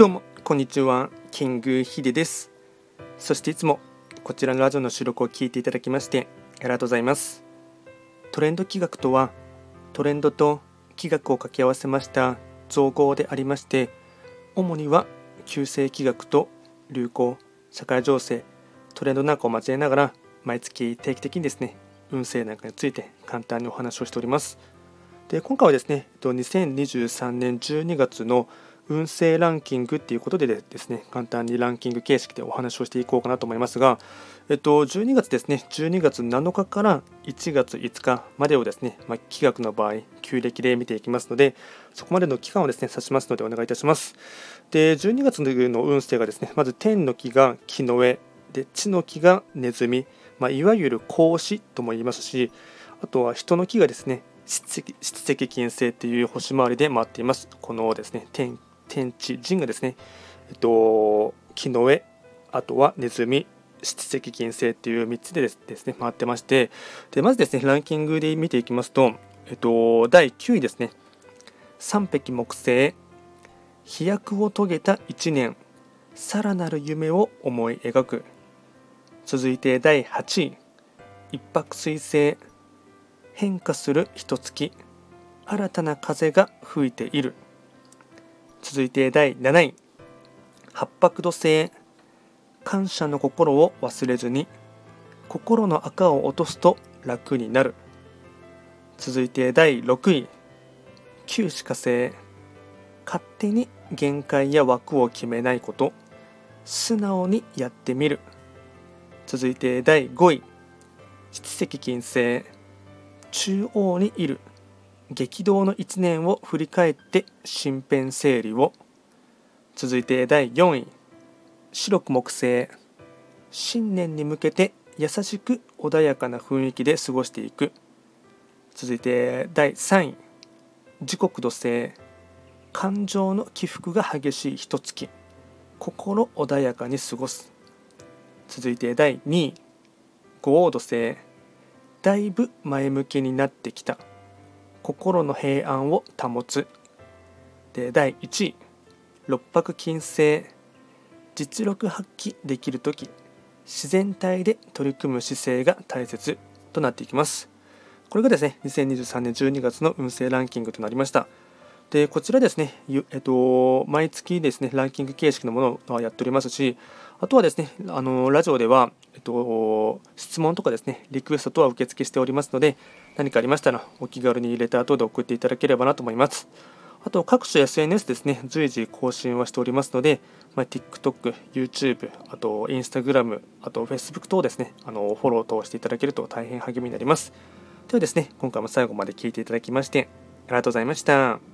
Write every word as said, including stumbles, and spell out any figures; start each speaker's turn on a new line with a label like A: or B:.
A: どうもこんにちは、キングヒデです。そしていつもこちらのラジオの収録を聞いていただきましてありがとうございます。トレンド企画とは、トレンドと企画を掛け合わせました造語でありまして、主には旧世企画と流行、社会情勢、トレンドなんかを交えながら毎月定期的にですね、運勢なんかについて簡単にお話をしております。で、今回はですね、にせんにじゅうさんねんじゅうにがつの運勢ランキングっていうことでですね、簡単にランキング形式でお話をしていこうかなと思いますが、えっと、じゅうにがつですね、じゅうにがつなのかからいちがついつかまでをですね、まあ、気学の場合、旧暦で見ていきますので、そこまでの期間をですね、指しますのでお願いいたします。で、じゅうにがつの運勢がですね、まず天の木が木の上、で、地の木がネズミ、まあ、いわゆる孔子とも言いますし、あとは人の木がですね、七石金星っていう星回りで回っています。このですね、天天地人がですね、えっと、木の上、あとはネズミ、七石金星っていうみっつでですね、回ってまして、でまずですね、ランキングで見ていきますと、えっと、だいきゅういですね、三匹木星、飛躍を遂げたいちねん、さらなる夢を思い描く。続いてだいはちい、一泊水星、変化する一月、新たな風が吹いている。続いてだいなない、八白土星、感謝の心を忘れずに、心の赤を落とすと楽になる。続いてだいろくい、九死火星、勝手に限界や枠を決めないこと、素直にやってみる。続いてだいごい、七石金星、中央にいる。激動のいちねんを振り返って身辺整理を。続いてだいよんい、白く木星、新年に向けて優しく穏やかな雰囲気で過ごしていく。続いてだいさんい、時刻土星、感情の起伏が激しい一月、心穏やかに過ごす。続いてだいにい、五黄土星、だいぶ前向きになってきた、心の平安を保つ。でだいいちい、六白金星、実力発揮できるとき、自然体で取り組む姿勢が大切となっていきます。これがですね、にせんにじゅうさんねんじゅうにがつの運勢ランキングとなりました。でこちらですね、えっと、毎月ですね、ランキング形式のものをやっておりますし、あとはですね、あのラジオでは、えっと、質問とかですね、リクエストとは受付しておりますので、何かありましたらお気軽にレター等で送っていただければなと思います。あと各種 エスエヌエス ですね、随時更新はしておりますので、まあ、TikTok、YouTube、あと Instagram、あと Facebook 等ですね、あのフォロー等していただけると大変励みになります。ではですね、今回も最後まで聞いていただきましてありがとうございました。